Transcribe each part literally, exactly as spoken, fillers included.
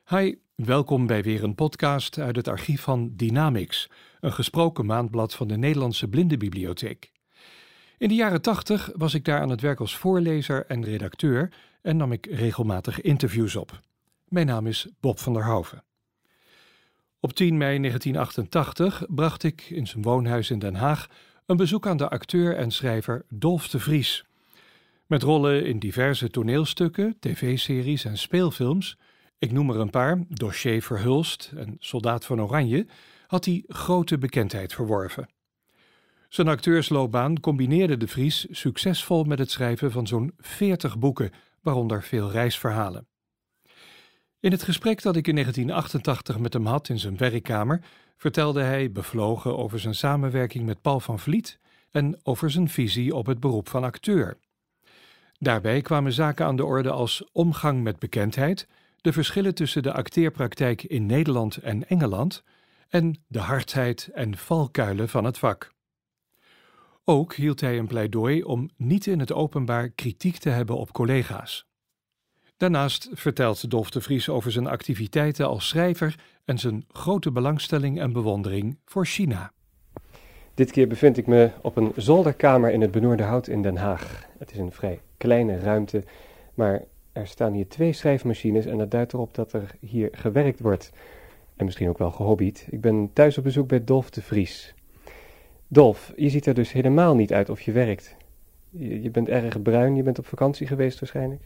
Hi, welkom bij weer een podcast uit het archief van Dynamics, een gesproken maandblad van de Nederlandse Blindenbibliotheek. In de jaren tachtig was ik daar aan het werk als voorlezer en redacteur en nam ik regelmatig interviews op. Mijn naam is Bob van der Houven. Op tien mei negentien achtentachtig bracht ik in zijn woonhuis in Den Haag een bezoek aan de acteur en schrijver Dolf de Vries. Met rollen in diverse toneelstukken, tv-series en speelfilms, ik noem er een paar, Dossier Verhulst en Soldaat van Oranje, had hij grote bekendheid verworven. Zijn acteursloopbaan combineerde de Vries succesvol met het schrijven van zo'n veertig boeken, waaronder veel reisverhalen. In het gesprek dat ik in negentien achtentachtig met hem had in zijn werkkamer, vertelde hij bevlogen over zijn samenwerking met Paul van Vliet en over zijn visie op het beroep van acteur. Daarbij kwamen zaken aan de orde als omgang met bekendheid, de verschillen tussen de acteerpraktijk in Nederland en Engeland en de hardheid en valkuilen van het vak. Ook hield hij een pleidooi om niet in het openbaar kritiek te hebben op collega's. Daarnaast vertelt Dolf de Vries over zijn activiteiten als schrijver en zijn grote belangstelling en bewondering voor China. Dit keer bevind ik me op een zolderkamer in het Benoorderhout in Den Haag. Het is een vrij kleine ruimte, maar er staan hier twee schrijfmachines en dat duidt erop dat er hier gewerkt wordt. En misschien ook wel gehobbied. Ik ben thuis op bezoek bij Dolf de Vries. Dolf, je ziet er dus helemaal niet uit of je werkt. Je, je bent erg bruin, je bent op vakantie geweest waarschijnlijk.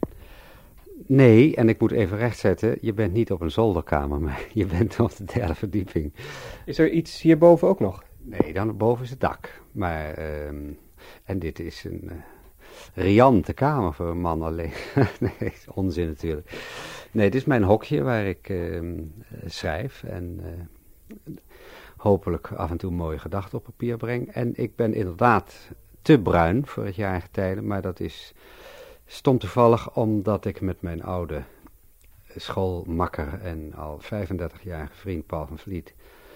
Nee, en ik moet even rechtzetten, je bent niet op een zolderkamer, maar je bent op de derde verdieping. Is er iets hierboven ook nog? Nee, dan boven is het dak. Maar, uh, en dit is een uh, riante kamer voor een man alleen. Nee, onzin natuurlijk. Nee, dit is mijn hokje waar ik uh, schrijf en uh, hopelijk af en toe mooie gedachten op papier breng. En ik ben inderdaad te bruin voor het jaargetijde, maar dat is stom toevallig omdat ik met mijn oude schoolmakker en al vijfendertigjarige vriend Paul van Vliet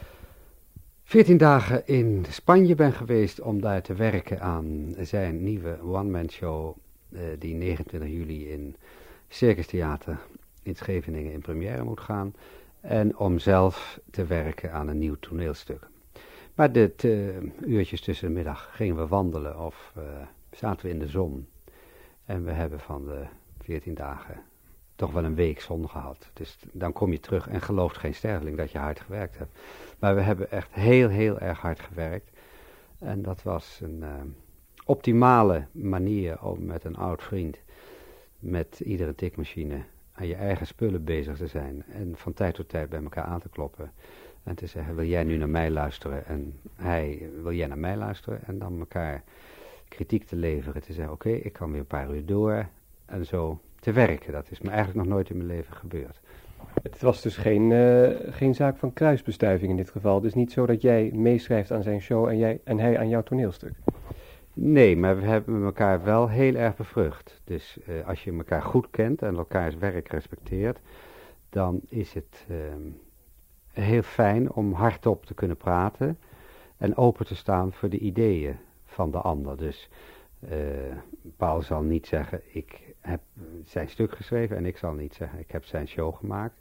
veertien dagen in Spanje ben geweest om daar te werken aan zijn nieuwe one-man show uh, die negenentwintig juli in Circus Theater in Scheveningen in première moet gaan. En om zelf te werken aan een nieuw toneelstuk. Maar dit uh, uurtjes tussen de middag gingen we wandelen of uh, zaten we in de zon. En we hebben van de veertien dagen toch wel een week zon gehad. Dus dan kom je terug en gelooft geen sterveling dat je hard gewerkt hebt. Maar we hebben echt heel, heel erg hard gewerkt. En dat was een uh, optimale manier om met een oud vriend, met iedere tikmachine, aan je eigen spullen bezig te zijn. En van tijd tot tijd bij elkaar aan te kloppen. En te zeggen, wil jij nu naar mij luisteren? En hij, wil jij naar mij luisteren? En dan elkaar kritiek te leveren. Te zeggen, oké, okay, ik kan weer een paar uur door. En zo te werken. Dat is me eigenlijk nog nooit in mijn leven gebeurd. Het was dus geen, uh, geen zaak van kruisbestuiving in dit geval. Het is niet zo dat jij meeschrijft aan zijn show en, jij, en hij aan jouw toneelstuk. Nee, maar we hebben elkaar wel heel erg bevrucht. Dus uh, als je elkaar goed kent en elkaars werk respecteert, dan is het uh, heel fijn om hardop te kunnen praten en open te staan voor de ideeën van de ander. Dus uh, Paul zal niet zeggen, ik heb zijn stuk geschreven en ik zal niet zeggen, ik heb zijn show gemaakt.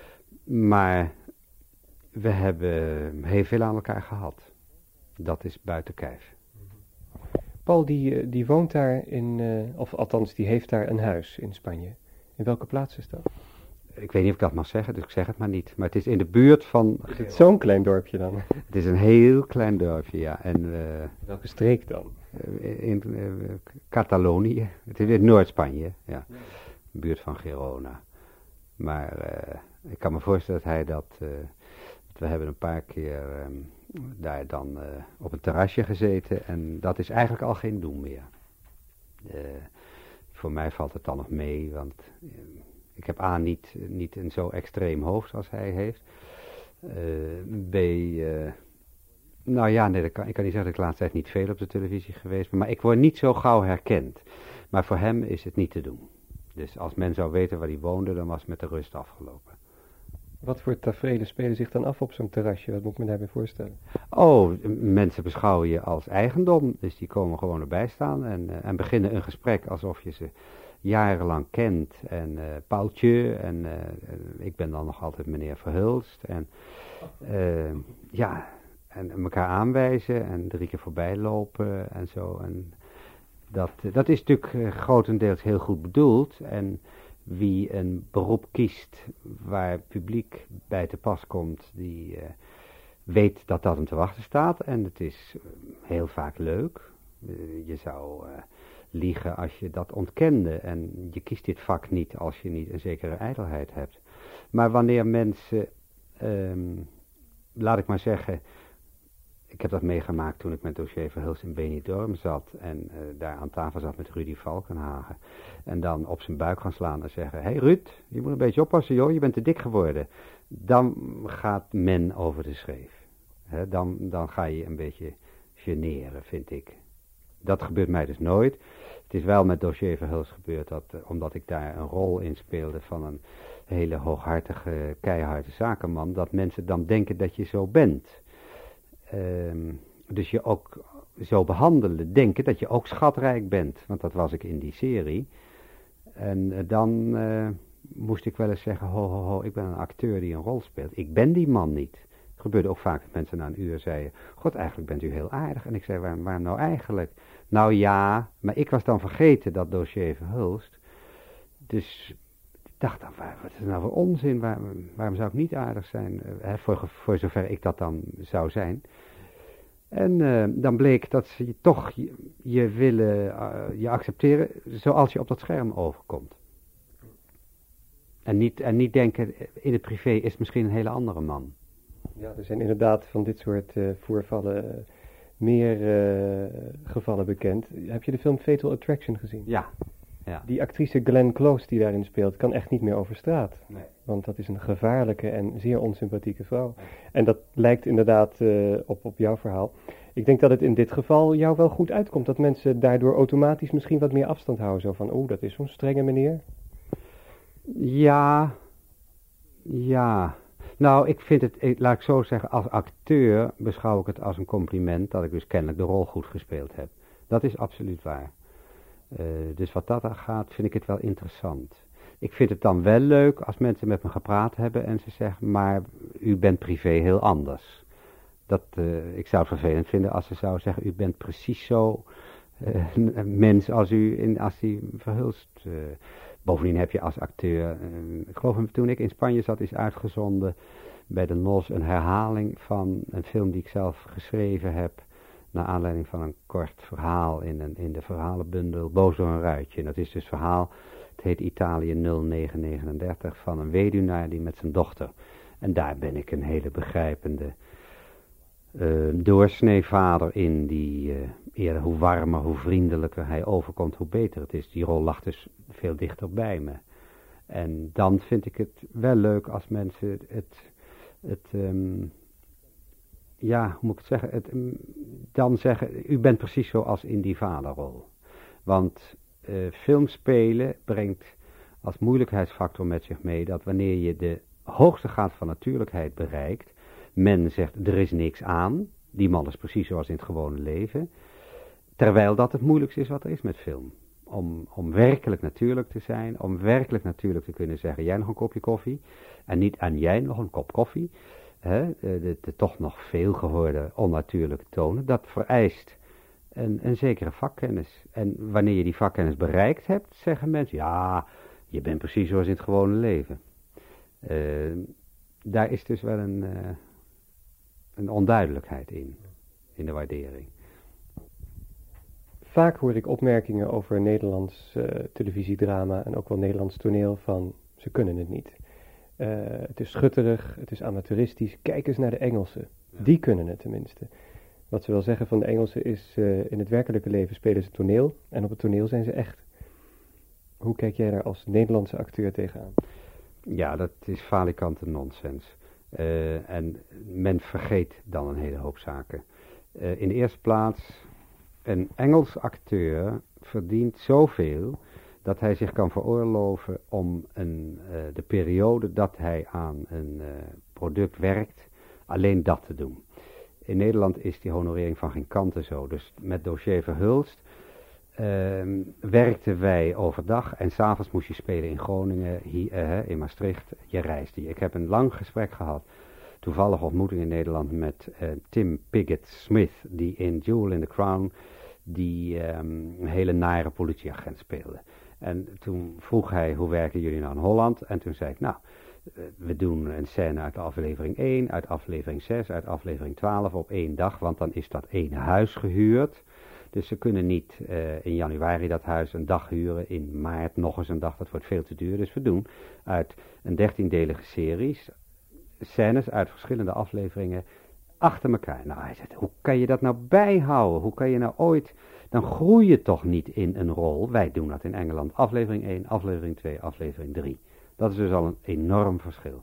Maar we hebben heel veel aan elkaar gehad. Dat is buiten kijf. Paul die, die woont daar in, uh, of althans die heeft daar een huis in Spanje. In welke plaats is dat? Ik weet niet of ik dat mag zeggen, dus ik zeg het maar niet. Maar het is in de buurt van... Is het zo'n klein dorpje dan? Het is een heel klein dorpje, ja. En, uh, welke streek dan? Uh, in uh, Catalonië. Het is in Noord-Spanje, ja. De buurt van Girona. Maar uh, ik kan me voorstellen dat hij dat... Uh, we hebben een paar keer um, daar dan uh, op een terrasje gezeten. En dat is eigenlijk al geen doen meer. Uh, voor mij valt het dan nog mee, want... Uh, Ik heb A, niet, niet een zo extreem hoofd als hij heeft. Uh, B, uh, nou ja, nee, dat kan, ik kan niet zeggen dat ik de laatste tijd niet veel op de televisie geweest ben. Maar ik word niet zo gauw herkend. Maar voor hem is het niet te doen. Dus als men zou weten waar hij woonde, dan was het met de rust afgelopen. Wat voor tafereelen spelen zich dan af op zo'n terrasje? Wat moet ik me daarbij voorstellen? Oh, mensen beschouwen je als eigendom. Dus die komen gewoon erbij staan en, uh, en beginnen een gesprek alsof je ze jarenlang kent. En uh, Paultje, en uh, ik ben dan nog altijd meneer Verhulst. En uh, ja, en elkaar aanwijzen en drie keer voorbij lopen en zo. En dat, dat is natuurlijk uh, grotendeels heel goed bedoeld. En wie een beroep kiest waar publiek bij te pas komt, die uh, weet dat dat hem te wachten staat. En het is uh, heel vaak leuk. Uh, je zou uh, liegen als je dat ontkende. En je kiest dit vak niet als je niet een zekere ijdelheid hebt. Maar wanneer mensen, um, laat ik maar zeggen, ik heb dat meegemaakt toen ik met Dossier Verhulst in Benidorm zat en uh, daar aan tafel zat met Rudy Valkenhagen. En dan op zijn buik gaan slaan en zeggen, hé hey Ruud, je moet een beetje oppassen joh, je bent te dik geworden. Dan gaat men over de schreef. He, dan, dan ga je een beetje generen, vind ik. Dat gebeurt mij dus nooit. Het is wel met Dossier Verhulst gebeurd, dat, uh, omdat ik daar een rol in speelde van een hele hooghartige, keiharde zakenman, dat mensen dan denken dat je zo bent. Um, dus je ook zo behandelen, denken dat je ook schatrijk bent. Want dat was ik in die serie. En uh, dan uh, moest ik wel eens zeggen, ho ho ho, ik ben een acteur die een rol speelt. Ik ben die man niet. Het gebeurde ook vaak dat mensen na een uur zeiden, god eigenlijk bent u heel aardig. En ik zei, waarom, waarom nou eigenlijk? Nou ja, maar ik was dan vergeten dat Dossier Verhulst. Dus ik dacht dan, wat is nou voor onzin? Waar, waarom zou ik niet aardig zijn? Uh, voor, voor zover ik dat dan zou zijn. En uh, dan bleek dat ze je toch je, je willen uh, je accepteren zoals je op dat scherm overkomt. En niet, en niet denken, in het privé is het misschien een hele andere man. Ja, er zijn inderdaad van dit soort uh, voorvallen uh, meer uh, gevallen bekend. Heb je de film Fatal Attraction gezien? Ja. Ja. Die actrice Glenn Close die daarin speelt, kan echt niet meer over straat. Nee. Want dat is een gevaarlijke en zeer onsympathieke vrouw. Nee. En dat lijkt inderdaad uh, op, op jouw verhaal. Ik denk dat het in dit geval jou wel goed uitkomt. Dat mensen daardoor automatisch misschien wat meer afstand houden. Zo van, oeh, dat is zo'n strenge meneer. Ja, ja. Nou, ik vind het, ik, laat ik zo zeggen, als acteur beschouw ik het als een compliment dat ik dus kennelijk de rol goed gespeeld heb. Dat is absoluut waar. Uh, dus wat dat aan gaat, vind ik het wel interessant. Ik vind het dan wel leuk als mensen met me gepraat hebben en ze zeggen, maar u bent privé heel anders. Dat, uh, ik zou het vervelend vinden als ze zouden zeggen, u bent precies zo uh, een mens als u in, als die Verhulst. Uh, bovendien heb je als acteur, uh, ik geloof toen ik in Spanje zat, is uitgezonden bij de N O S een herhaling van een film die ik zelf geschreven heb. Naar aanleiding van een kort verhaal in, een, in de verhalenbundel Boos door een ruitje. En dat is dus het verhaal, het heet Italië nul negen negenendertig, van een weduwnaar die met zijn dochter. En daar ben ik een hele begrijpende uh, doorsneevader in, die uh, eerder hoe warmer, hoe vriendelijker hij overkomt, hoe beter het is. Die rol lag dus veel dichter bij me. En dan vind ik het wel leuk als mensen het... het, het um, ja, hoe moet ik het zeggen, het, dan zeggen, u bent precies zoals in die vaderrol. Want uh, filmspelen brengt als moeilijkheidsfactor met zich mee dat wanneer je de hoogste graad van natuurlijkheid bereikt, men zegt, er is niks aan, die man is precies zoals in het gewone leven, terwijl dat het moeilijkste is wat er is met film. Om, om werkelijk natuurlijk te zijn, om werkelijk natuurlijk te kunnen zeggen, jij nog een kopje koffie, en niet aan jij nog een kop koffie. He, de, de, de toch nog veel gehoorde onnatuurlijke tonen, dat vereist een, een zekere vakkennis. En wanneer je die vakkennis bereikt hebt, zeggen mensen, ja, je bent precies zoals in het gewone leven. Uh, daar is dus wel een, uh, een onduidelijkheid in, in de waardering. Vaak hoor ik opmerkingen over Nederlands uh, televisiedrama en ook wel Nederlands toneel van, ze kunnen het niet. Uh, het is schutterig, het is amateuristisch. Kijk eens naar de Engelsen. Ja. Die kunnen het tenminste. Wat ze wel zeggen van de Engelsen is, uh, in het werkelijke leven spelen ze toneel en op het toneel zijn ze echt. Hoe kijk jij daar als Nederlandse acteur tegenaan? Ja, dat is falikante nonsens. Uh, en men vergeet dan een hele hoop zaken. Uh, in de eerste plaats, een Engels acteur verdient zoveel dat hij zich kan veroorloven om een, uh, de periode dat hij aan een uh, product werkt, alleen dat te doen. In Nederland is die honorering van geen kanten zo. Dus met Dossier Verhulst uh, werkten wij overdag en s'avonds moest je spelen in Groningen, hier, uh, in Maastricht, je reisde. Ik heb een lang gesprek gehad, toevallig ontmoeting in Nederland met uh, Tim Pigott-Smith, die in Jewel in the Crown die um, een hele nare politieagent speelde. En toen vroeg hij, hoe werken jullie nou in Holland? En toen zei ik, nou, we doen een scène uit aflevering één, uit aflevering zes, uit aflevering twaalf op één dag, want dan is dat één huis gehuurd. Dus ze kunnen niet uh, in januari dat huis een dag huren, in maart nog eens een dag, dat wordt veel te duur. Dus we doen uit een dertiendelige series, scènes uit verschillende afleveringen, achter elkaar. Nou, hij zegt, hoe kan je dat nou bijhouden? Hoe kan je nou ooit, dan groei je toch niet in een rol. Wij doen dat in Engeland, aflevering één, aflevering twee, aflevering drie. Dat is dus al een enorm verschil.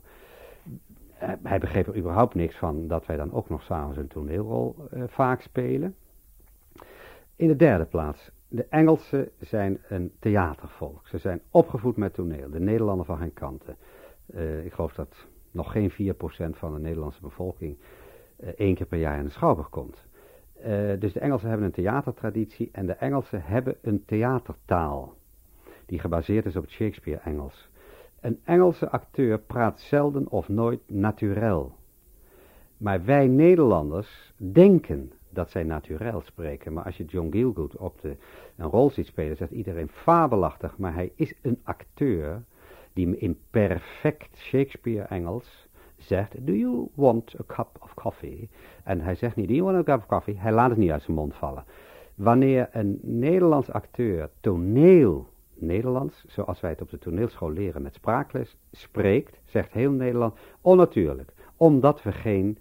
Uh, hij begreep er überhaupt niks van dat wij dan ook nog s'avonds een toneelrol uh, vaak spelen. In de derde plaats, de Engelsen zijn een theatervolk. Ze zijn opgevoed met toneel, de Nederlander van geen kanten. Uh, ik geloof dat nog geen vier procent van de Nederlandse bevolking uh, één keer per jaar in de Schouwburg komt. Uh, dus de Engelsen hebben een theatertraditie en de Engelsen hebben een theatertaal die gebaseerd is op het Shakespeare-Engels. Een Engelse acteur praat zelden of nooit naturel. Maar wij Nederlanders denken dat zij naturel spreken. Maar als je John Gielgud op de, een rol ziet spelen, zegt iedereen fabelachtig. Maar hij is een acteur die in perfect Shakespeare-Engels zegt, do you want a cup of coffee? En hij zegt niet, do you want a cup of coffee? Hij laat het niet uit zijn mond vallen. Wanneer een Nederlands acteur toneel Nederlands, zoals wij het op de toneelschool leren met spraakles, spreekt, zegt heel Nederland, onnatuurlijk. Omdat we geen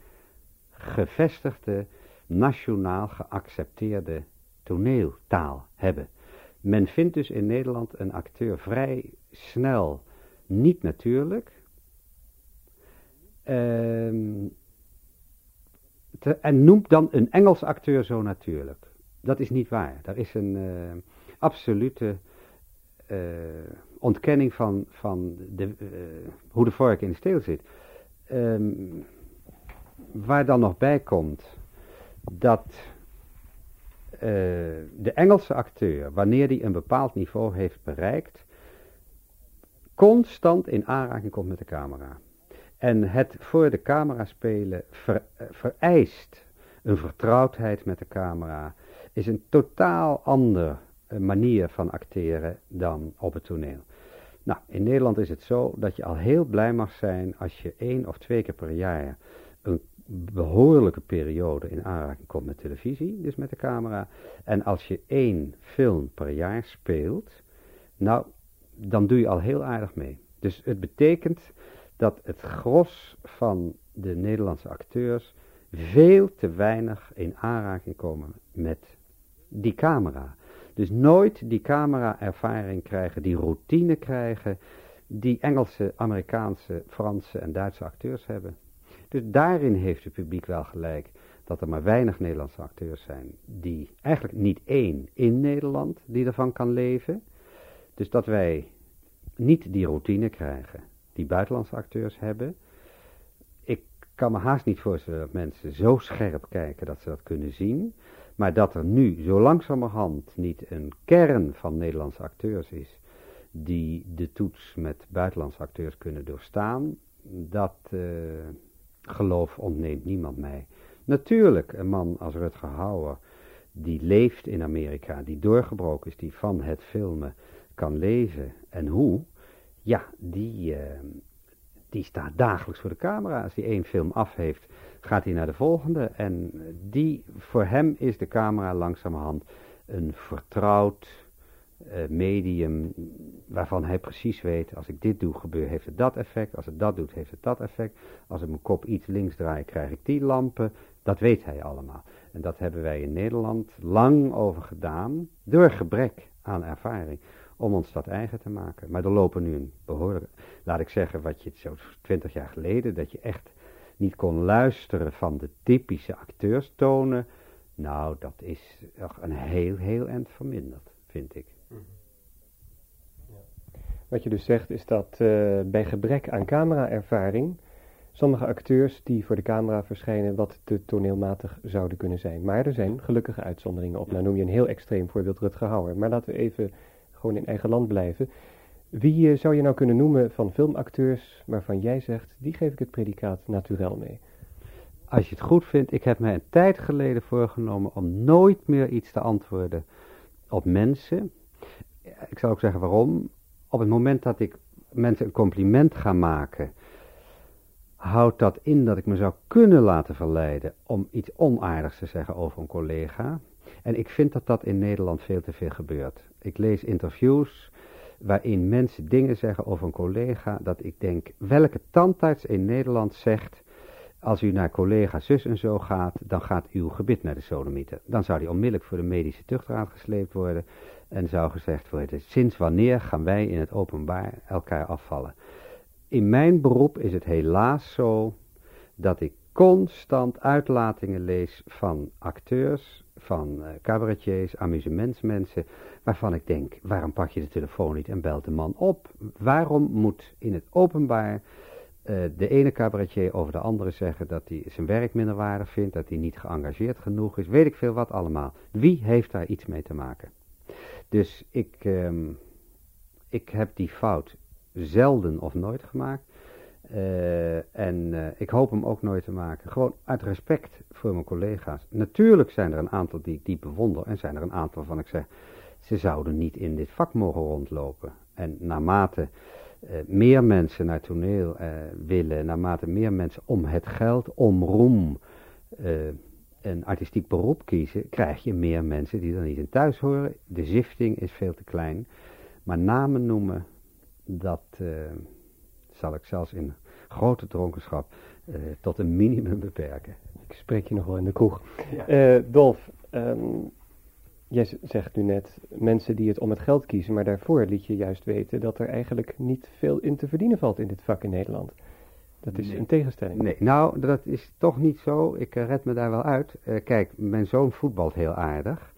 gevestigde, nationaal geaccepteerde toneeltaal hebben. Men vindt dus in Nederland een acteur vrij snel niet natuurlijk. Um, te, en noemt dan een Engels acteur zo natuurlijk. Dat is niet waar. Daar is een uh, absolute uh, ontkenning van, van de, uh, hoe de vork in de steel zit. Um, waar dan nog bij komt dat uh, de Engelse acteur, wanneer hij een bepaald niveau heeft bereikt, constant in aanraking komt met de camera. En het voor de camera spelen ver, uh, vereist een vertrouwdheid met de camera, is een totaal andere uh, manier van acteren dan op het toneel. Nou, in Nederland is het zo dat je al heel blij mag zijn als je één of twee keer per jaar een behoorlijke periode in aanraking komt met televisie, dus met de camera. En als je één film per jaar speelt, nou, dan doe je al heel aardig mee. Dus het betekent dat het gros van de Nederlandse acteurs veel te weinig in aanraking komen met die camera. Dus nooit die camera-ervaring krijgen, die routine krijgen, die Engelse, Amerikaanse, Franse en Duitse acteurs hebben. Dus daarin heeft het publiek wel gelijk dat er maar weinig Nederlandse acteurs zijn die eigenlijk niet één in Nederland die ervan kan leven. Dus dat wij niet die routine krijgen die buitenlandse acteurs hebben. Ik kan me haast niet voorstellen dat mensen zo scherp kijken dat ze dat kunnen zien. Maar dat er nu zo langzamerhand niet een kern van Nederlandse acteurs is die de toets met buitenlandse acteurs kunnen doorstaan, dat uh, geloof ontneemt niemand mij. Natuurlijk, een man als Rutger Hauer, die leeft in Amerika, die doorgebroken is, die van het filmen kan leven. En hoe? Ja, die, uh, die staat dagelijks voor de camera. Als hij één film af heeft, gaat hij naar de volgende. En die, voor hem is de camera langzamerhand een vertrouwd uh, medium, waarvan hij precies weet, als ik dit doe, gebeurt, heeft het dat effect. Als het dat doet, heeft het dat effect. Als ik mijn kop iets links draai, krijg ik die lampen. Dat weet hij allemaal. En dat hebben wij in Nederland lang over gedaan, door gebrek aan ervaring, om ons dat eigen te maken. Maar er lopen nu een behoorlijk, laat ik zeggen, wat je zo twintig jaar geleden, dat je echt niet kon luisteren van de typische acteurstonen. Nou, dat is toch een heel, heel eind verminderd, vind ik. Wat je dus zegt is dat uh, bij gebrek aan cameraervaring sommige acteurs die voor de camera verschijnen wat te toneelmatig zouden kunnen zijn. Maar er zijn gelukkige uitzonderingen op. Nou noem je een heel extreem voorbeeld Rutger Hauer. Maar laten we even gewoon in eigen land blijven. Wie uh, zou je nou kunnen noemen van filmacteurs waarvan jij zegt, die geef ik het predicaat naturel mee? Als je het goed vindt, ik heb mij een tijd geleden voorgenomen om nooit meer iets te antwoorden op mensen. Ik zal ook zeggen waarom. Op het moment dat ik mensen een compliment ga maken, houdt dat in dat ik me zou kunnen laten verleiden om iets onaardigs te zeggen over een collega. En ik vind dat dat in Nederland veel te veel gebeurt. Ik lees interviews waarin mensen dingen zeggen over een collega, dat ik denk, welke tandarts in Nederland zegt, als u naar collega zus en zo gaat, dan gaat uw gebit naar de sodomieter. Dan zou die onmiddellijk voor de medische tuchtraad gesleept worden en zou gezegd worden, sinds wanneer gaan wij in het openbaar elkaar afvallen? In mijn beroep is het helaas zo dat ik constant uitlatingen lees van acteurs, van uh, cabaretiers, amusementsmensen, waarvan ik denk, waarom pak je de telefoon niet en belt de man op? Waarom moet in het openbaar uh, de ene cabaretier over de andere zeggen dat hij zijn werk minder waardig vindt, dat hij niet geëngageerd genoeg is, weet ik veel wat allemaal. Wie heeft daar iets mee te maken? Dus ik, um, ik heb die fout zelden of nooit gemaakt. Uh, en uh, ik hoop hem ook nooit te maken. Gewoon uit respect voor mijn collega's. Natuurlijk zijn er een aantal die ik diep bewonder. En zijn er een aantal waarvan ik zeg, ze zouden niet in dit vak mogen rondlopen. En naarmate uh, meer mensen naar toneel uh, willen, naarmate meer mensen om het geld, om roem, uh, een artistiek beroep kiezen, krijg je meer mensen die er niet in thuis horen. De zifting is veel te klein. Maar namen noemen, dat uh, zal ik zelfs in grote dronkenschap uh, tot een minimum beperken. Ik spreek je nog wel in de kroeg. Ja. Uh, Dolf, um, jij zegt nu net mensen die het om het geld kiezen, maar daarvoor liet je juist weten dat er eigenlijk niet veel in te verdienen valt in dit vak in Nederland. Dat is nee. een tegenstelling. Nee, nou, dat is toch niet zo. Ik uh, red me daar wel uit. Uh, kijk, mijn zoon voetbalt heel aardig.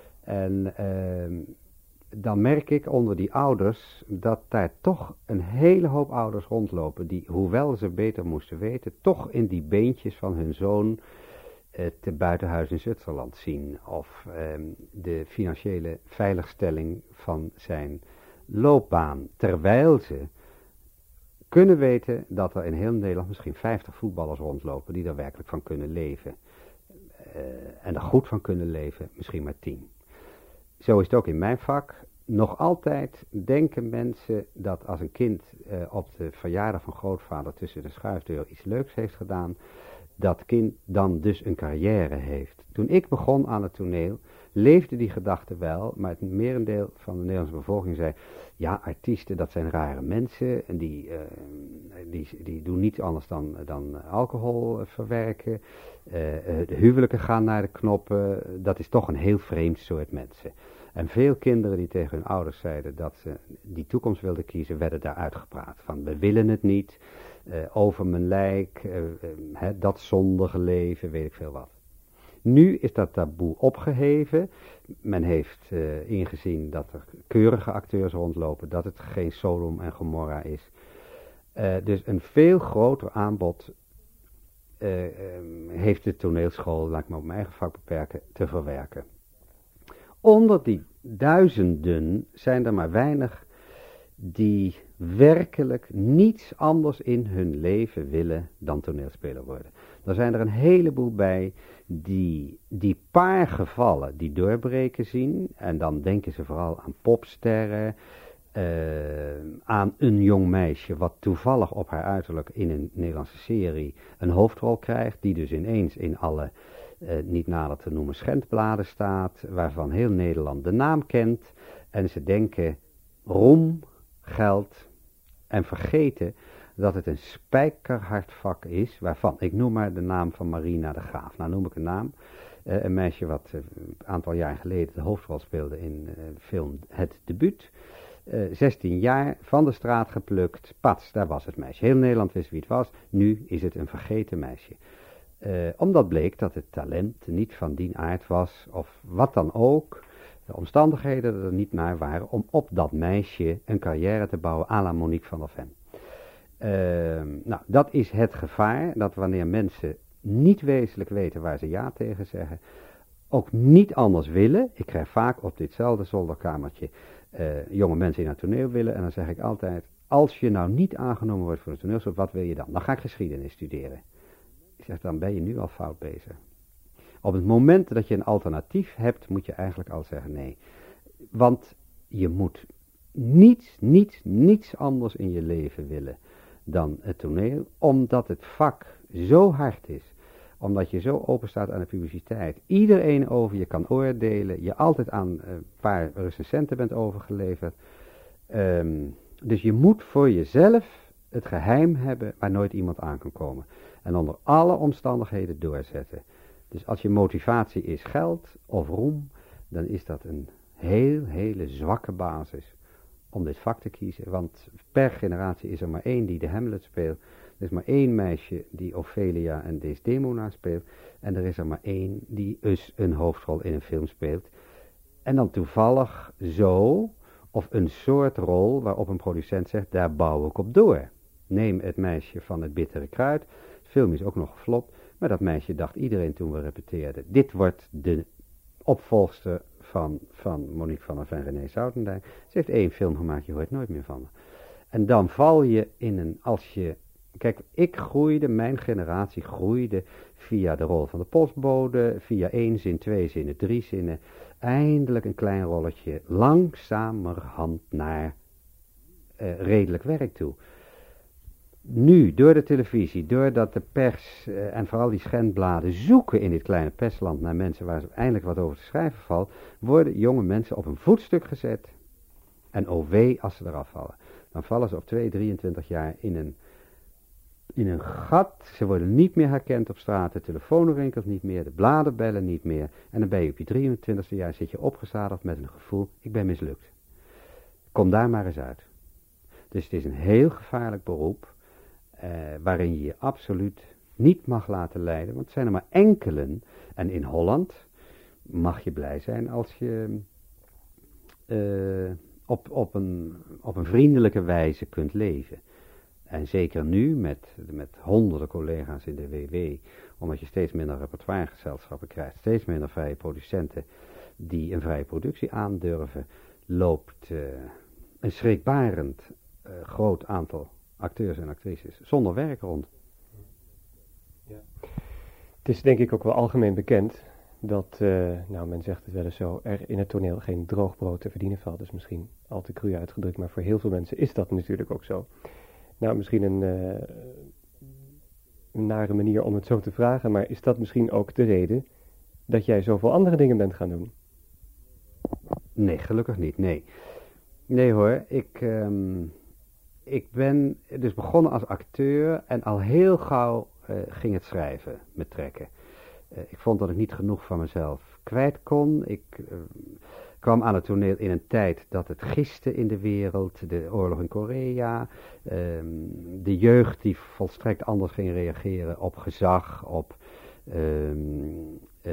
En uh, dan merk ik onder die ouders dat daar toch een hele hoop ouders rondlopen die, hoewel ze beter moesten weten, toch in die beentjes van hun zoon het buitenhuis in Zwitserland zien. Of uh, de financiële veiligstelling van zijn loopbaan. Terwijl ze kunnen weten dat er in heel Nederland misschien vijftig voetballers rondlopen die er werkelijk van kunnen leven. Uh, en er goed van kunnen leven, misschien maar tien. Zo is het ook in mijn vak. Nog altijd denken mensen dat als een kind uh, op de verjaardag van grootvader tussen de schuifdeur iets leuks heeft gedaan, dat kind dan dus een carrière heeft. Toen ik begon aan het toneel, leefde die gedachte wel, maar het merendeel van de Nederlandse bevolking zei, ja, artiesten, dat zijn rare mensen en die, uh, die, die doen niets anders dan, dan alcohol verwerken. Uh, de huwelijken gaan naar de knoppen, dat is toch een heel vreemd soort mensen. En veel kinderen die tegen hun ouders zeiden dat ze die toekomst wilden kiezen, werden daar uitgepraat. Van, we willen het niet, uh, over mijn lijk, uh, uh, he, dat zondige leven, weet ik veel wat. Nu is dat taboe opgeheven. Men heeft uh, ingezien dat er keurige acteurs rondlopen, dat het geen Sodom en Gomorra is. Uh, dus een veel groter aanbod uh, um, heeft de toneelschool, laat ik me op mijn eigen vak beperken, te verwerken. Onder die duizenden zijn er maar weinig die werkelijk niets anders in hun leven willen dan toneelspeler worden. Er zijn er een heleboel bij die die paar gevallen die doorbreken zien, en dan denken ze vooral aan popsterren, uh, aan een jong meisje wat toevallig op haar uiterlijk in een Nederlandse serie een hoofdrol krijgt, die dus ineens in alle Uh, niet nader te noemen schendbladen staat, waarvan heel Nederland de naam kent, en ze denken roem, geld, en vergeten dat het een spijkerhard vak is, waarvan, ik noem maar de naam van Marina de Graaf, nou noem ik een naam, uh, een meisje wat uh, een aantal jaar geleden de hoofdrol speelde in uh, film Het Debuut, uh, zestien jaar, van de straat geplukt, pats, daar was het meisje. Heel Nederland wist wie het was, nu is het een vergeten meisje. Uh, omdat bleek dat het talent niet van die aard was, of wat dan ook, de omstandigheden er niet naar waren om op dat meisje een carrière te bouwen à la Monique van der Ven. Uh, nou, dat is het gevaar, dat wanneer mensen niet wezenlijk weten waar ze ja tegen zeggen, ook niet anders willen. Ik krijg vaak op ditzelfde zolderkamertje uh, jonge mensen die naar toneel willen. En dan zeg ik altijd, als je nou niet aangenomen wordt voor de toneelschool, wat wil je dan? Dan ga ik geschiedenis studeren. Ik zeg, dan ben je nu al fout bezig. Op het moment dat je een alternatief hebt, moet je eigenlijk al zeggen nee. Want je moet niets, niets, niets anders in je leven willen dan het toneel, omdat het vak zo hard is. Omdat je zo open staat aan de publiciteit. Iedereen over je kan oordelen. Je altijd aan een paar recensenten bent overgeleverd. Um, dus je moet voor jezelf het geheim hebben waar nooit iemand aan kan komen. En onder alle omstandigheden doorzetten. Dus als je motivatie is geld of roem, dan is dat een heel, hele zwakke basis om dit vak te kiezen. Want per generatie is er maar één die de Hamlet speelt. Er is maar één meisje die Ophelia en Desdemona speelt. En er is er maar één die dus een hoofdrol in een film speelt. En dan toevallig zo, of een soort rol waarop een producent zegt, daar bouw ik op door. Neem het meisje van het bittere kruid. De film is ook nog geflopt. Maar dat meisje dacht iedereen toen we repeteerden. Dit wordt de opvolgster van, van Monique van der Ven en René Soutendijk. Ze heeft één film gemaakt, je hoort nooit meer van haar. En dan val je in een, als je... Kijk, ik groeide, mijn generatie groeide via de rol van de postbode, via één zin, twee zinnen, drie zinnen. Eindelijk een klein rolletje, langzamerhand naar uh, redelijk werk toe. Nu, door de televisie, doordat de pers uh, en vooral die schendbladen zoeken in dit kleine persland naar mensen waar ze eindelijk wat over te schrijven valt, worden jonge mensen op een voetstuk gezet. En oh wee als ze eraf vallen. Dan vallen ze op twee, drieëntwintig jaar in een, in een gat. Ze worden niet meer herkend op straat, de telefoon rinkelt niet meer, de bladen bellen niet meer. En dan ben je op je drieëntwintigste jaar, zit je opgezadigd met een gevoel, ik ben mislukt. Kom daar maar eens uit. Dus het is een heel gevaarlijk beroep. Uh, waarin je je absoluut niet mag laten leiden, want het zijn er maar enkelen. En in Holland mag je blij zijn als je uh, op, op, een, op een vriendelijke wijze kunt leven. En zeker nu met, met honderden collega's in de W W, omdat je steeds minder repertoiregezelschappen krijgt, steeds minder vrije producenten die een vrije productie aandurven, loopt uh, een schrikbarend uh, groot aantal acteurs en actrices zonder werk rond. Ja. Het is denk ik ook wel algemeen bekend dat, uh, nou men zegt het wel eens zo, er in het toneel geen droog brood te verdienen valt. Dus misschien al te cru uitgedrukt, maar voor heel veel mensen is dat natuurlijk ook zo. Nou, misschien een, uh, een nare manier om het zo te vragen, maar is dat misschien ook de reden dat jij zoveel andere dingen bent gaan doen? Nee, gelukkig niet, nee. Nee hoor, ik... Um Ik ben dus begonnen als acteur en al heel gauw uh, ging het schrijven met trekken. Uh, ik vond dat ik niet genoeg van mezelf kwijt kon. Ik uh, kwam aan het toneel in een tijd dat het giste in de wereld, de oorlog in Korea, uh, de jeugd die volstrekt anders ging reageren op gezag, op uh, uh,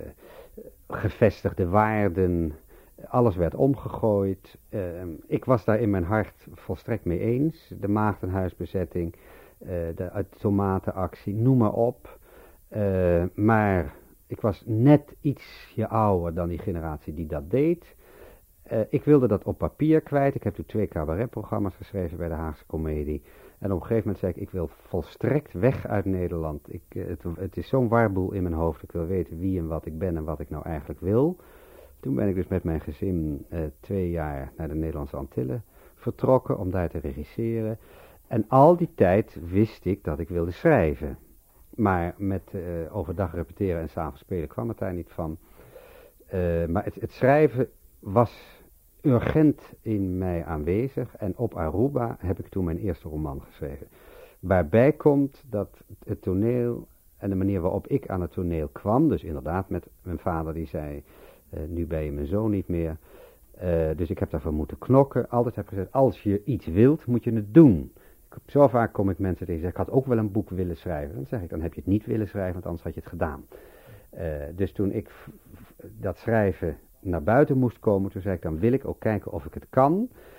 gevestigde waarden. Alles werd omgegooid. Uh, ik was daar in mijn hart volstrekt mee eens. De Maagdenhuisbezetting, uh, de tomatenactie, noem maar op. Uh, maar ik was net ietsje ouder dan die generatie die dat deed. Uh, ik wilde dat op papier kwijt. Ik heb toen twee cabaretprogramma's geschreven bij de Haagse Comedie. En op een gegeven moment zei ik, ik wil volstrekt weg uit Nederland. Ik, uh, het, het is zo'n warboel in mijn hoofd. Ik wil weten wie en wat ik ben en wat ik nou eigenlijk wil. Toen ben ik dus met mijn gezin uh, twee jaar naar de Nederlandse Antillen vertrokken om daar te regisseren. En al die tijd wist ik dat ik wilde schrijven. Maar met uh, overdag repeteren en 's avonds spelen kwam het daar niet van. Uh, maar het, het schrijven was urgent in mij aanwezig. En op Aruba heb ik toen mijn eerste roman geschreven. Waarbij komt dat het toneel en de manier waarop ik aan het toneel kwam. Dus inderdaad met mijn vader die zei... Uh, nu ben je mijn zoon niet meer. Uh, dus ik heb daarvoor moeten knokken. Altijd heb gezegd, als je iets wilt, moet je het doen. Ik, zo vaak kom ik mensen tegen die zeggen, ik had ook wel een boek willen schrijven. Dan zeg ik, dan heb je het niet willen schrijven, want anders had je het gedaan. Uh, dus toen ik f- f- dat schrijven naar buiten moest komen, toen zei ik, dan wil ik ook kijken of ik het kan.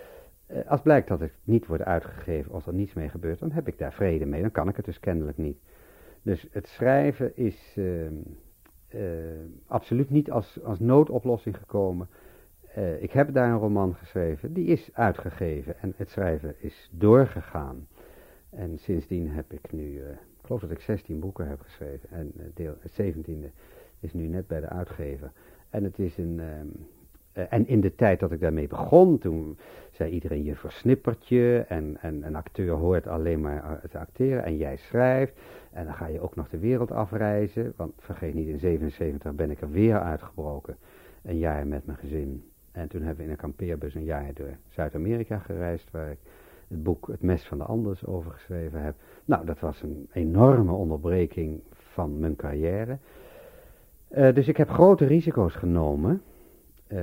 Uh, als blijkt dat het niet wordt uitgegeven, als er niets mee gebeurt, dan heb ik daar vrede mee. Dan kan ik het dus kennelijk niet. Dus het schrijven is uh, uh, absoluut niet als, als noodoplossing gekomen. Uh, ik heb daar een roman geschreven, die is uitgegeven en het schrijven is doorgegaan. En sindsdien heb ik nu, uh, ik geloof dat ik zestien boeken heb geschreven en uh, deel, het zeventiende is nu net bij de uitgever. En het is een... Um, Uh, en in de tijd dat ik daarmee begon, toen zei iedereen je versnippertje en, en een acteur hoort alleen maar te acteren en jij schrijft. En dan ga je ook nog de wereld afreizen, want vergeet niet, in zevenenzeventig ben ik er weer uitgebroken. Een jaar met mijn gezin. En toen hebben we in een kampeerbus een jaar door Zuid-Amerika gereisd, waar ik het boek Het Mes van de Anders over geschreven heb. Nou, dat was een enorme onderbreking van mijn carrière. Uh, dus ik heb grote risico's genomen. Uh,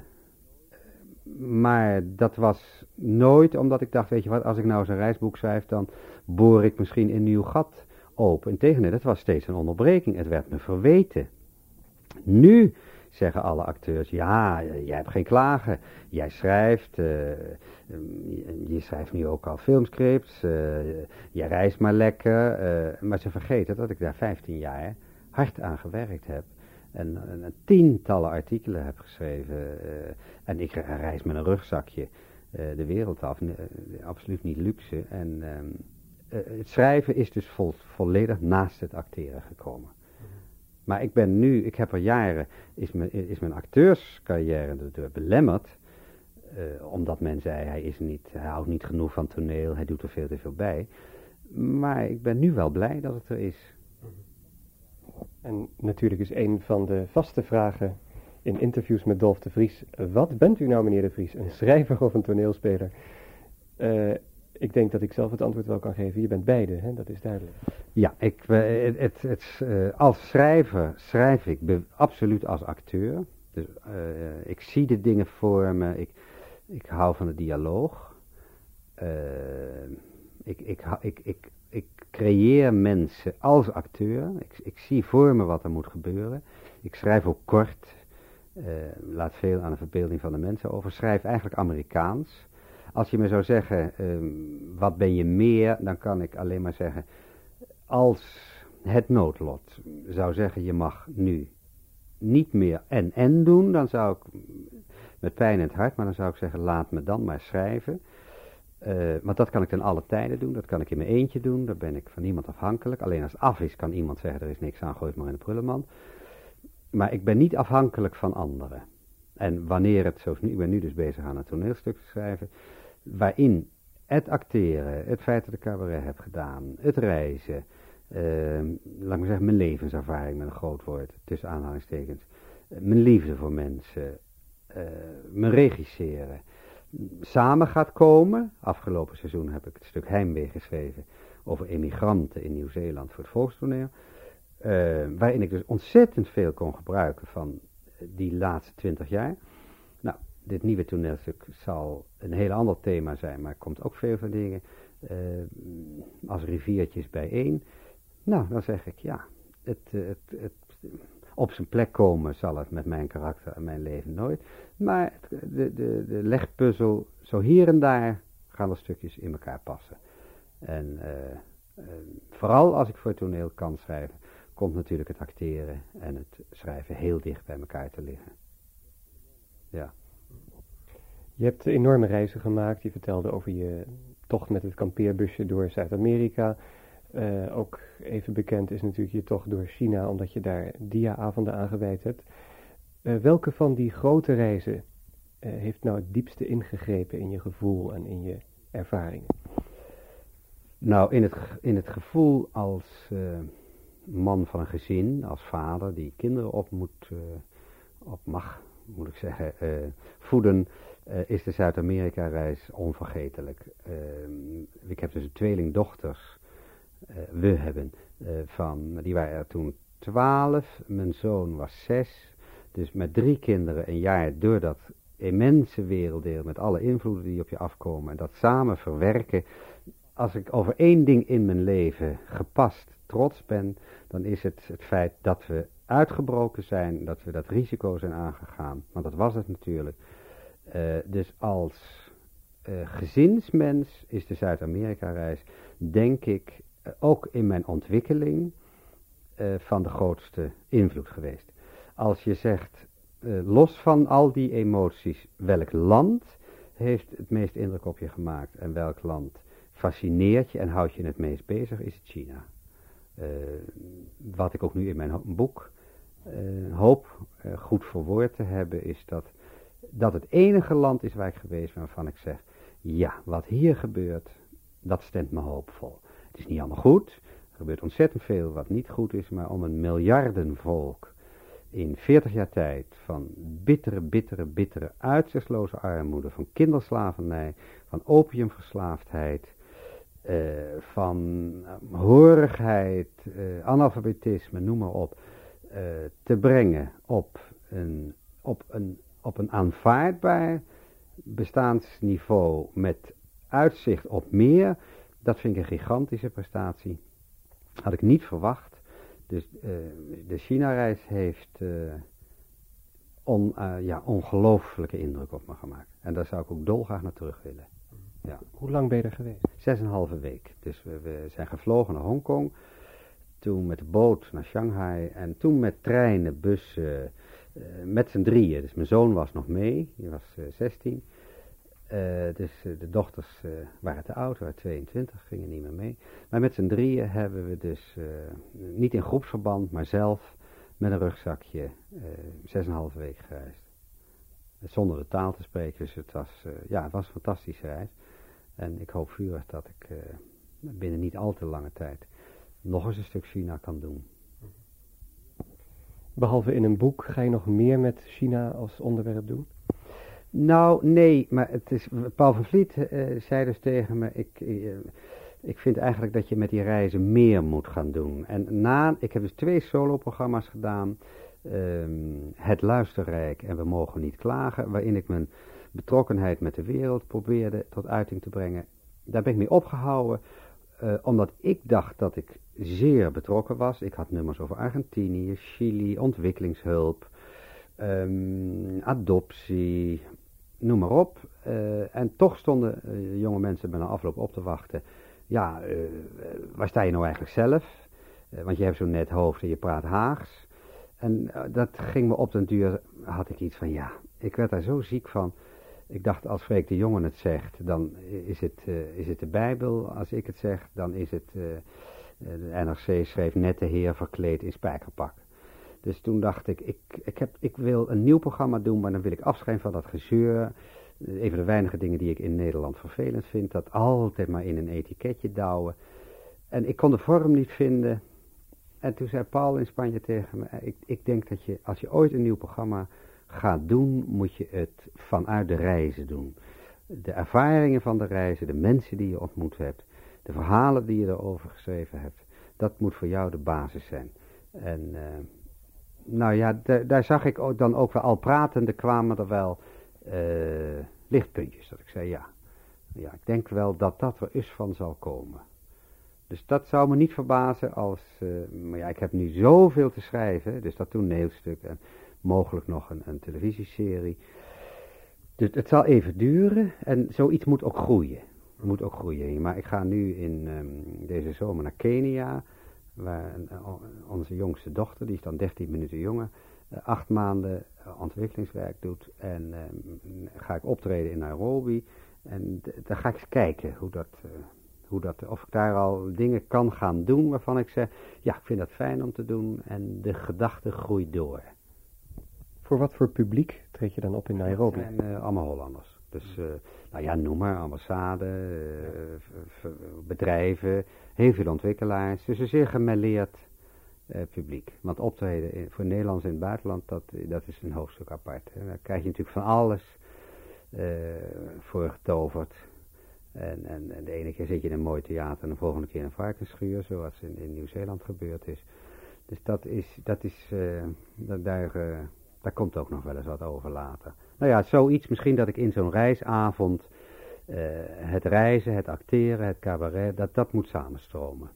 maar dat was nooit omdat ik dacht, weet je wat, als ik nou eens een reisboek schrijf, dan boor ik misschien een nieuw gat open. Integendeel, dat was steeds een onderbreking, het werd me verweten. Nu zeggen alle acteurs, ja, jij hebt geen klagen, jij schrijft, uh, je schrijft nu ook al filmscripts, uh, je reist maar lekker, uh, maar ze vergeten dat ik daar vijftien jaar hard aan gewerkt heb. En, en, en tientallen artikelen heb geschreven. Uh, en ik reis met een rugzakje uh, de wereld af. Uh, absoluut niet luxe. En uh, uh, het schrijven is dus vol, volledig naast het acteren gekomen. Mm-hmm. Maar ik ben nu, ik heb er jaren, is mijn, is mijn acteurscarrière door belemmerd. Uh, omdat men zei, hij, is niet, hij houdt niet genoeg van toneel, hij doet er veel te veel bij. Maar ik ben nu wel blij dat het er is. En natuurlijk is een van de vaste vragen in interviews met Dolf de Vries, wat bent u nou, meneer de Vries, een schrijver of een toneelspeler? Uh, ik denk dat ik zelf het antwoord wel kan geven, je bent beide, hè? Dat is duidelijk. Ja, ik, het, het, het, uh, als schrijver schrijf ik be, absoluut als acteur. Dus, uh, ik zie de dingen voor me, ik, ik hou van de dialoog. Uh, ik, ik, ik, ik, ik creëer mensen als acteur. Ik, ik zie voor me wat er moet gebeuren. Ik schrijf ook kort. Uh, laat veel aan de verbeelding van de mensen over. Schrijf eigenlijk Amerikaans. Als je me zou zeggen, um, wat ben je meer, dan kan ik alleen maar zeggen, als het noodlot zou zeggen, je mag nu niet meer en en doen, dan zou ik, met pijn in het hart, maar dan zou ik zeggen, laat me dan maar schrijven. Uh, maar dat kan ik ten alle tijden doen, dat kan ik in mijn eentje doen, daar ben ik van niemand afhankelijk. Alleen als het af is, kan iemand zeggen, er is niks aan, gooi het maar in de prullenmand. Maar ik ben niet afhankelijk van anderen. En wanneer het, zoals nu, ik ben nu dus bezig aan een toneelstuk te schrijven, waarin het acteren, het feit dat ik cabaret heb gedaan, het reizen, uh, laat ik maar zeggen, mijn levenservaring met een groot woord, tussen aanhalingstekens, uh, mijn liefde voor mensen, uh, mijn regisseren, samen gaat komen. Afgelopen seizoen heb ik het stuk Heimwee geschreven over emigranten in Nieuw-Zeeland voor het volkstoneel, uh, waarin ik dus ontzettend veel kon gebruiken van die laatste twintig jaar. Nou, dit nieuwe toneelstuk zal een heel ander thema zijn, maar er komt ook veel van dingen uh, als riviertjes bijeen. Nou, dan zeg ik ja, het, het, het, op zijn plek komen zal het met mijn karakter en mijn leven nooit. Maar het, de, de, de legpuzzel, zo hier en daar gaan er stukjes in elkaar passen. En uh, uh, vooral als ik voor het toneel kan schrijven, komt natuurlijk het acteren en het schrijven heel dicht bij elkaar te liggen. Ja. Je hebt enorme reizen gemaakt. Je vertelde over je tocht met het kampeerbusje door Zuid-Amerika. Uh, ook even bekend is natuurlijk je tocht door China, omdat je daar dia-avonden aangeweid hebt. Uh, welke van die grote reizen uh, heeft nou het diepste ingegrepen in je gevoel en in je ervaringen? Nou, in het, in het gevoel als uh, man van een gezin, als vader die kinderen op moet, uh, op mag, moet ik zeggen, uh, voeden, uh, is de Zuid-Amerika-reis onvergetelijk. Uh, ik heb dus tweelingdochters. Uh, we hebben uh, van, die waren er toen twaalf, mijn zoon was zes, dus met drie kinderen een jaar door dat immense werelddeel met alle invloeden die op je afkomen en dat samen verwerken. Als ik over één ding in mijn leven gepast trots ben, dan is het het feit dat we uitgebroken zijn, dat we dat risico zijn aangegaan, want dat was het natuurlijk. Uh, dus als uh, gezinsmens is de Zuid-Amerika-reis, denk ik, uh, ook in mijn ontwikkeling uh, van de grootste invloed geweest. Als je zegt, uh, los van al die emoties, welk land heeft het meest indruk op je gemaakt en welk land fascineert je en houdt je het meest bezig, is het China. Uh, wat ik ook nu in mijn ho- boek uh, hoop uh, goed verwoord te hebben, is dat dat het enige land is waar ik geweest ben waarvan ik zeg, ja, wat hier gebeurt, dat stemt me hoopvol. Het is niet allemaal goed, er gebeurt ontzettend veel wat niet goed is, maar om een miljardenvolk in veertig jaar tijd van bittere, bittere, bittere, uitzichtsloze armoede, van kinderslavernij, van opiumverslaafdheid, uh, van uh, horigheid, uh, analfabetisme, noem maar op, uh, te brengen op een, op een op een aanvaardbaar bestaansniveau met uitzicht op meer, dat vind ik een gigantische prestatie. Had ik niet verwacht. Dus uh, de China-reis heeft uh, on, uh, ja, ongelooflijke indruk op me gemaakt. En daar zou ik ook dolgraag naar terug willen. Ja. Hoe lang ben je er geweest? Zes en een halve week. Dus we, we zijn gevlogen naar Hongkong. Toen met de boot naar Shanghai. En toen met treinen, bussen. Uh, met z'n drieën, dus mijn zoon was nog mee, die was uh, zestien. Uh, dus uh, de dochters uh, waren te oud, waren tweeëntwintig, gingen niet meer mee. Maar met z'n drieën hebben we dus, uh, niet in groepsverband, maar zelf met een rugzakje uh, zes en een halve week gereisd. Zonder de taal te spreken, dus het was, uh, ja, het was een fantastische reis. En ik hoop vurig dat ik uh, binnen niet al te lange tijd nog eens een stuk China kan doen. Behalve in een boek, ga je nog meer met China als onderwerp doen? Nou, nee, maar het is, Paul van Vliet uh, zei dus tegen me, ik, uh, ik vind eigenlijk dat je met die reizen meer moet gaan doen. En na, ik heb dus twee soloprogramma's gedaan, um, Het Luisterrijk en We Mogen Niet Klagen, waarin ik mijn betrokkenheid met de wereld probeerde tot uiting te brengen. Daar ben ik mee opgehouden, uh, omdat ik dacht dat ik zeer betrokken was. Ik had nummers over Argentinië, Chili, ontwikkelingshulp, um, adoptie, noem maar op. Uh, en toch stonden uh, jonge mensen bij een afloop op te wachten. Ja, uh, waar sta je nou eigenlijk zelf? Uh, want je hebt zo'n net hoofd en je praat Haags. En uh, dat ging me op den duur, had ik iets van, ja, ik werd daar zo ziek van. Ik dacht, als Freek de Jonge het zegt, dan is het, uh, is het de Bijbel. Als ik het zeg, dan is het... Uh, De N R C schreef net de heer verkleed in spijkerpak. Dus toen dacht ik, ik, ik, heb, ik wil een nieuw programma doen, maar dan wil ik afscheid van dat gezeur. Een van de weinige dingen die ik in Nederland vervelend vind, dat altijd maar in een etiketje douwen. En ik kon de vorm niet vinden. En toen zei Paul in Spanje tegen me, ik, ik denk dat je, als je ooit een nieuw programma gaat doen, moet je het vanuit de reizen doen. De ervaringen van de reizen, de mensen die je ontmoet hebt, de verhalen die je erover geschreven hebt, dat moet voor jou de basis zijn. En uh, nou ja, d- daar zag ik ook dan ook wel, al pratende kwamen er wel uh, lichtpuntjes. Dat ik zei, ja, ja, ik denk wel dat dat er eens van zal komen. Dus dat zou me niet verbazen als, uh, maar ja, ik heb nu zoveel te schrijven, dus dat toneelstuk en mogelijk nog een, een televisieserie. Dus het zal even duren en zoiets moet ook groeien. Moet ook groeien. Maar ik ga nu in um, deze zomer naar Kenia, waar een, uh, onze jongste dochter, die is dan dertien minuten jonger, uh, acht maanden uh, ontwikkelingswerk doet. En um, ga ik optreden in Nairobi. En d- daar ga ik eens kijken hoe dat, uh, hoe dat, of ik daar al dingen kan gaan doen waarvan ik zeg, ja, ik vind dat fijn om te doen. En de gedachte groeit door. Voor wat voor publiek treed je dan op in Nairobi? Het zijn uh, allemaal Hollanders. Dus, uh, nou ja, noem maar, ambassade, uh, v- v- bedrijven, heel veel ontwikkelaars. Dus een zeer gemêleerd uh, publiek. Want optreden in, voor Nederlands in het buitenland, dat, dat is een hoofdstuk apart. Hè. Daar krijg je natuurlijk van alles uh, voor getoverd. En, en, en de ene keer zit je in een mooi theater en de volgende keer in een varkensschuur, zoals in, in Nieuw-Zeeland gebeurd is. Dus dat is, dat is uh, dat, daar, uh, daar komt ook nog wel eens wat over later. Nou ja, zoiets misschien dat ik in zo'n reisavond uh, het reizen, het acteren, het cabaret, dat dat moet samenstromen.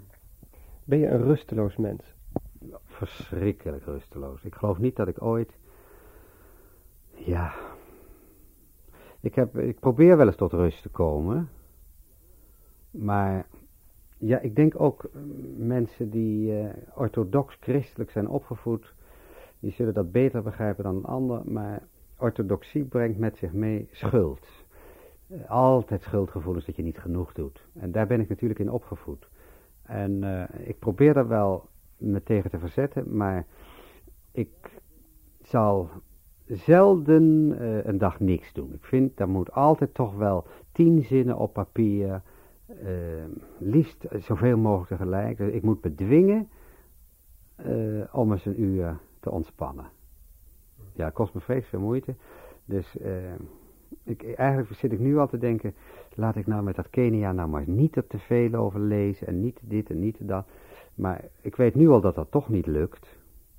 Ben je een rusteloos mens? Verschrikkelijk rusteloos. Ik geloof niet dat ik ooit, ja, Ik, heb, ik probeer wel eens tot rust te komen. Maar ja, ik denk ook uh, mensen die uh, orthodox christelijk zijn opgevoed, die zullen dat beter begrijpen dan een ander. Maar orthodoxie brengt met zich mee schuld. Uh, altijd schuldgevoelens dat je niet genoeg doet. En daar ben ik natuurlijk in opgevoed. En uh, ik probeer daar wel me tegen te verzetten, maar ik zal zelden uh, een dag niks doen. Ik vind, daar moet altijd toch wel tien zinnen op papier, uh, liefst zoveel mogelijk tegelijk. Dus ik moet bedwingen uh, om eens een uur te ontspannen. Ja, het kost me vreselijk veel moeite. Dus uh, ik, eigenlijk zit ik nu al te denken, laat ik nou met dat Kenia nou maar niet er te veel over lezen en niet dit en niet dat. Maar ik weet nu al dat dat toch niet lukt.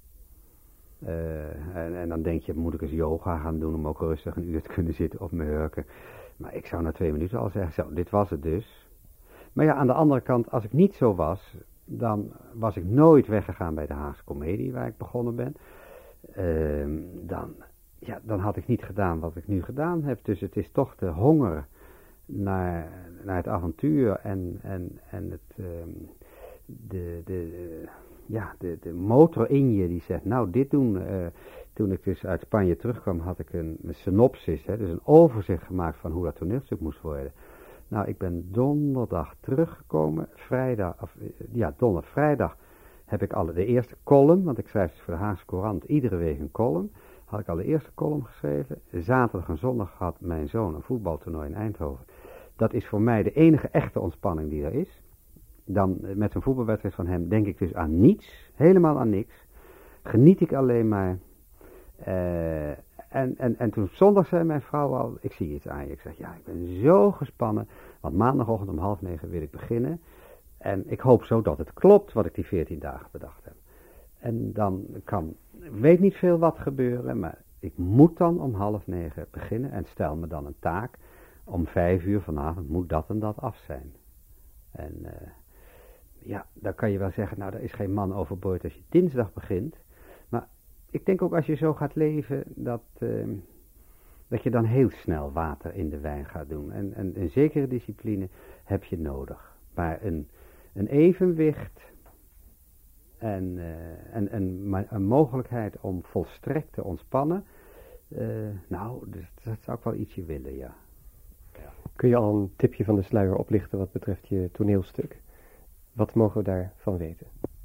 Uh, en, en dan denk je, moet ik eens yoga gaan doen om ook rustig een uur te kunnen zitten op mijn hurken. Maar ik zou na twee minuten al zeggen, zo, dit was het dus. Maar ja, aan de andere kant, als ik niet zo was, dan was ik nooit weggegaan bij de Haagse Comedie, waar ik begonnen ben. Uh, dan, ja, dan had ik niet gedaan wat ik nu gedaan heb. Dus het is toch de honger naar, naar het avontuur en, en, en het, uh, de... de uh, Ja, de, de motor in je die zegt, nou dit doen. Uh, toen ik dus uit Spanje terugkwam had ik een, een synopsis, hè, dus een overzicht gemaakt van hoe dat toneelstuk moest worden. Nou, ik ben donderdag teruggekomen, vrijdag, of, ja, donderdag, vrijdag heb ik alle, de eerste column, want ik schrijf dus voor de Haagse Courant iedere week een column, had ik al de eerste column geschreven. Zaterdag en zondag had mijn zoon een voetbaltoernooi in Eindhoven. Dat is voor mij de enige echte ontspanning die er is. Dan met zo'n voetbalwedstrijd van hem denk ik dus aan niets, helemaal aan niks. Geniet ik alleen maar. Uh, en, en, en toen zondag zei mijn vrouw al, ik zie iets aan je. Ik zeg, ja, ik ben zo gespannen, want maandagochtend om half negen wil ik beginnen. En ik hoop zo dat het klopt wat ik die veertien dagen bedacht heb. En dan kan, ik weet niet veel wat gebeuren, maar ik moet dan om half negen beginnen en stel me dan een taak. Om vijf uur vanavond moet dat en dat af zijn. En... Uh, Ja, dan kan je wel zeggen, nou, er is geen man overboord als je dinsdag begint. Maar ik denk ook als je zo gaat leven, dat, uh, dat je dan heel snel water in de wijn gaat doen. En, en een zekere discipline heb je nodig. Maar een, een evenwicht en, uh, en, en een mogelijkheid om volstrekt te ontspannen, uh, nou, dat, dat zou ik wel ietsje willen, ja. ja. Kun je al een tipje van de sluier oplichten wat betreft je toneelstuk? Wat mogen we daarvan weten?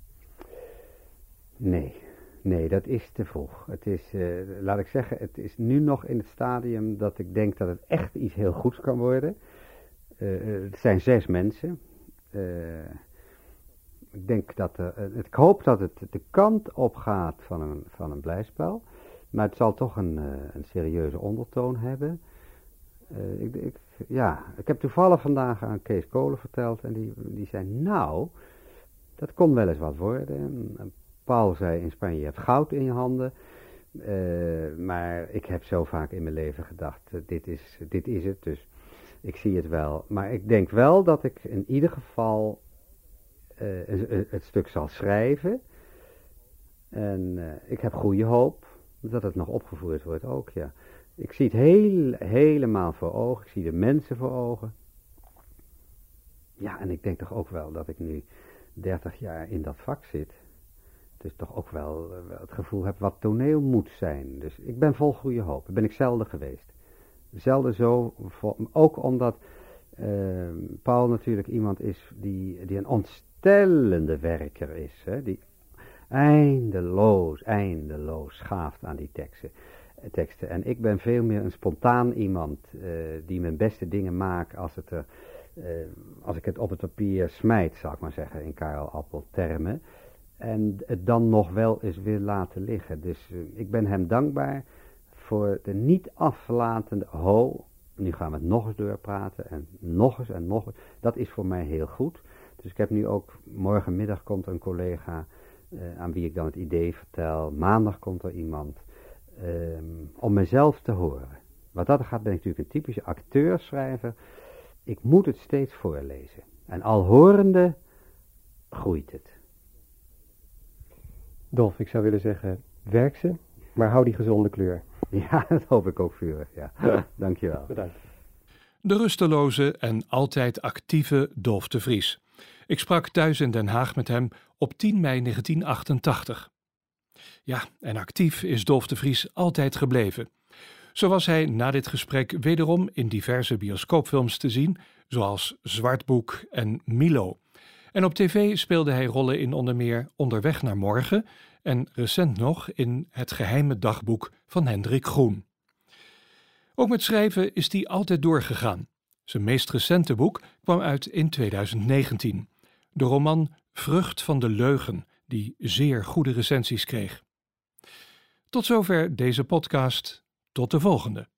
Nee, nee, dat is te vroeg. Het is, uh, laat ik zeggen, het is nu nog in het stadium dat ik denk dat het echt iets heel goeds kan worden. Uh, het zijn zes mensen. Uh, ik denk dat er, uh, ik hoop dat het de kant op gaat van een, van een blijspel. Maar het zal toch een, uh, een serieuze ondertoon hebben. Uh, ik, ik, ja, ik heb toevallig vandaag aan Kees Kolen verteld en die, die zei, nou, dat kon wel eens wat worden. En Paul zei in Spanje, je hebt goud in je handen. Uh, maar ik heb zo vaak in mijn leven gedacht, uh, dit, is, dit is het, dus ik zie het wel. Maar ik denk wel dat ik in ieder geval uh, het, het stuk zal schrijven. En uh, ik heb goede hoop dat het nog opgevoerd wordt ook, ja. Ik zie het heel, helemaal voor ogen. Ik zie de mensen voor ogen. Ja, en ik denk toch ook wel dat ik nu dertig jaar in dat vak zit. Dus toch ook wel, wel het gevoel heb wat toneel moet zijn. Dus ik ben vol goede hoop. Dat ben ik zelden geweest. Zelden zo, ook omdat uh, Paul natuurlijk iemand is die, die een ontstellende werker is. Hè, die eindeloos, eindeloos schaaft aan die teksten. teksten. En ik ben veel meer een spontaan iemand uh, die mijn beste dingen maakt als, het er, uh, als ik het op het papier smijt, zal ik maar zeggen, in Karel Appel termen. En het dan nog wel eens wil laten liggen. Dus uh, ik ben hem dankbaar voor de niet aflatende, ho, nu gaan we het nog eens doorpraten en nog eens en nog eens. Dat is voor mij heel goed. Dus ik heb nu ook, morgenmiddag komt een collega uh, aan wie ik dan het idee vertel. Maandag komt er iemand. Um, om mezelf te horen. Wat dat gaat ben ik natuurlijk een typische acteurschrijver. Ik moet het steeds voorlezen. En al horende groeit het. Dolf, ik zou willen zeggen, werk ze, maar hou die gezonde kleur. Ja, dat hoop ik ook vurig, ja. Dankjewel. Bedankt. De rusteloze en altijd actieve Dolf de Vries. Ik sprak thuis in Den Haag met hem op tien mei negentien achtentachtig. Ja, en actief is Dolf de Vries altijd gebleven. Zo was hij na dit gesprek wederom in diverse bioscoopfilms te zien, zoals Zwartboek en Milo. En op tv speelde hij rollen in onder meer Onderweg naar morgen en recent nog in Het geheime dagboek van Hendrik Groen. Ook met schrijven is hij altijd doorgegaan. Zijn meest recente boek kwam uit in tweeduizend negentien. De roman Vrucht van de Leugen, die zeer goede recensies kreeg. Tot zover deze podcast. Tot de volgende.